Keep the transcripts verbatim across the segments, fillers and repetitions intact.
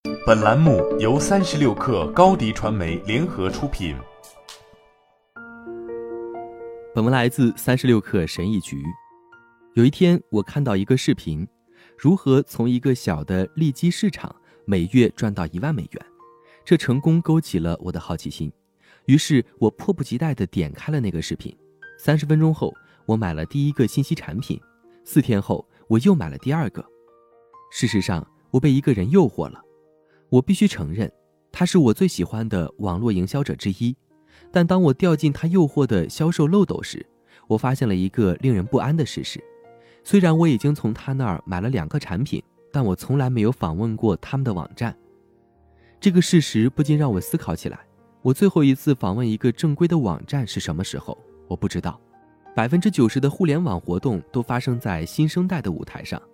本栏目由三十六氪高迪传媒联合出品。 本文来自三十六氪神译局。有一天，我看到一个视频，如何从一个小的利基市场每月赚到一万美元。这成功勾起了我的好奇心，于是我迫不及待地点开了那个视频。三十分钟后，我买了第一个信息产品，四天后，我又买了第二个。事实上，我被一个人诱惑了。我必须承认，他是我最喜欢的网络营销者之一。但当我掉进他诱惑的销售漏斗时，我发现了一个令人不安的事实。虽然我已经从他那儿买了两个产品，但我从来没有访问过他们的网站。这个事实不禁让我思考起来。我最后一次访问一个正规的网站是什么时候？我不知道。百分之九十的互联网活动都发生在新生代的舞台上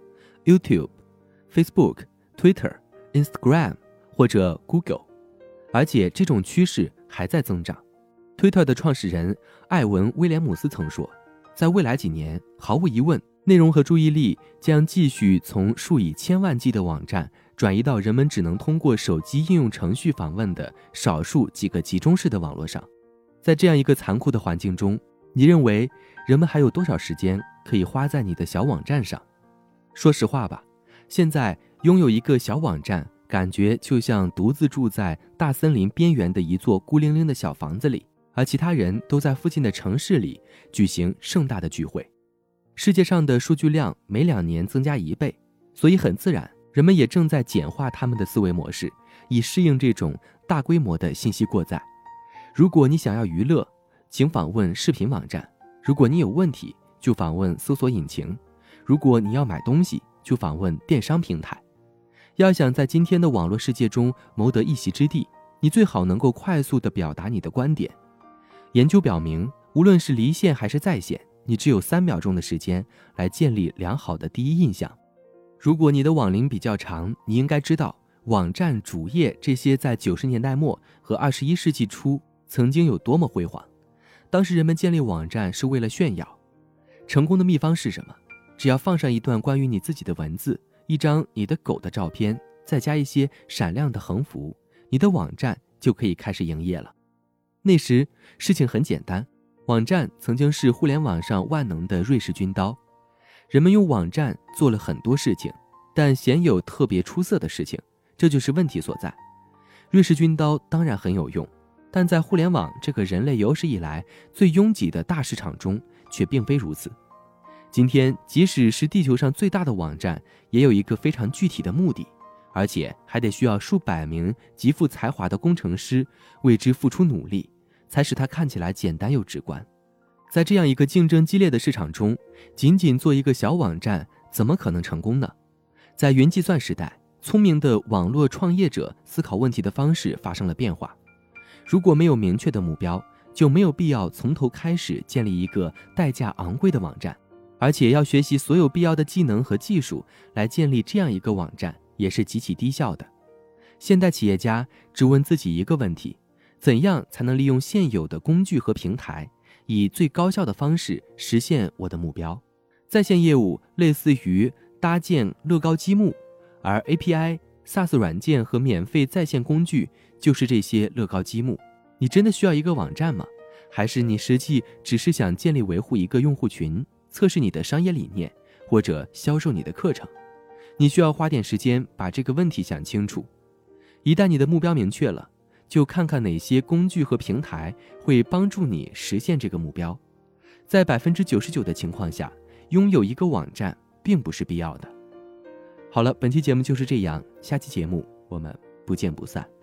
，YouTube、Facebook、Twitter、Instagram 或者 Google， 而且这种趋势还在增长。Twitter 的创始人艾文·威廉姆斯曾说，在未来几年，毫无疑问，内容和注意力将继续从数以千万计的网站转移到人们只能通过手机应用程序访问的少数几个集中式的网络上。在这样一个残酷的环境中，你认为人们还有多少时间可以花在你的小网站上？说实话吧，现在拥有一个小网站，感觉就像独自住在大森林边缘的一座孤零零的小房子里，而其他人都在附近的城市里举行盛大的聚会。世界上的数据量每两年增加一倍，所以很自然，人们也正在简化他们的思维模式，以适应这种大规模的信息过载。如果你想要娱乐，请访问视频网站；如果你有问题，就访问搜索引擎；如果你要买东西，就访问电商平台。要想在今天的网络世界中谋得一席之地，你最好能够快速地表达你的观点。研究表明，无论是离线还是在线，你只有三秒钟的时间来建立良好的第一印象。如果你的网龄比较长，你应该知道，网站主页这些在九十年代末和二十一世纪初曾经有多么辉煌。当时人们建立网站是为了炫耀。成功的秘方是什么？只要放上一段关于你自己的文字，一张你的狗的照片，再加一些闪亮的横幅，你的网站就可以开始营业了。那时事情很简单，网站曾经是互联网上万能的瑞士军刀。人们用网站做了很多事情，但鲜有特别出色的事情，这就是问题所在。瑞士军刀当然很有用，但在互联网这个人类有史以来最拥挤的大市场中却并非如此。今天即使是地球上最大的网站，也有一个非常具体的目的，而且还得需要数百名极富才华的工程师为之付出努力，才使它看起来简单又直观。在这样一个竞争激烈的市场中，仅仅做一个小网站怎么可能成功呢？在云计算时代，聪明的网络创业者思考问题的方式发生了变化。如果没有明确的目标，就没有必要从头开始建立一个代价昂贵的网站，而且要学习所有必要的技能和技术来建立这样一个网站，也是极其低效的。现代企业家只问自己一个问题：怎样才能利用现有的工具和平台，以最高效的方式实现我的目标？在线业务类似于搭建乐高积木，而 A P I、SaaS 软件和免费在线工具就是这些乐高积木。你真的需要一个网站吗？还是你实际只是想建立维护一个用户群，测试你的商业理念，或者销售你的课程？你需要花点时间把这个问题想清楚。一旦你的目标明确了，就看看哪些工具和平台会帮助你实现这个目标。在 百分之九十九 的情况下，拥有一个网站并不是必要的。好了，本期节目就是这样，下期节目我们不见不散。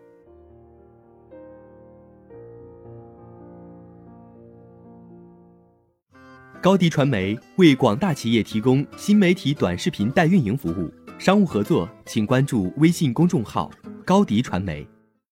高迪传媒为广大企业提供新媒体短视频代运营服务，商务合作请关注微信公众号高迪传媒。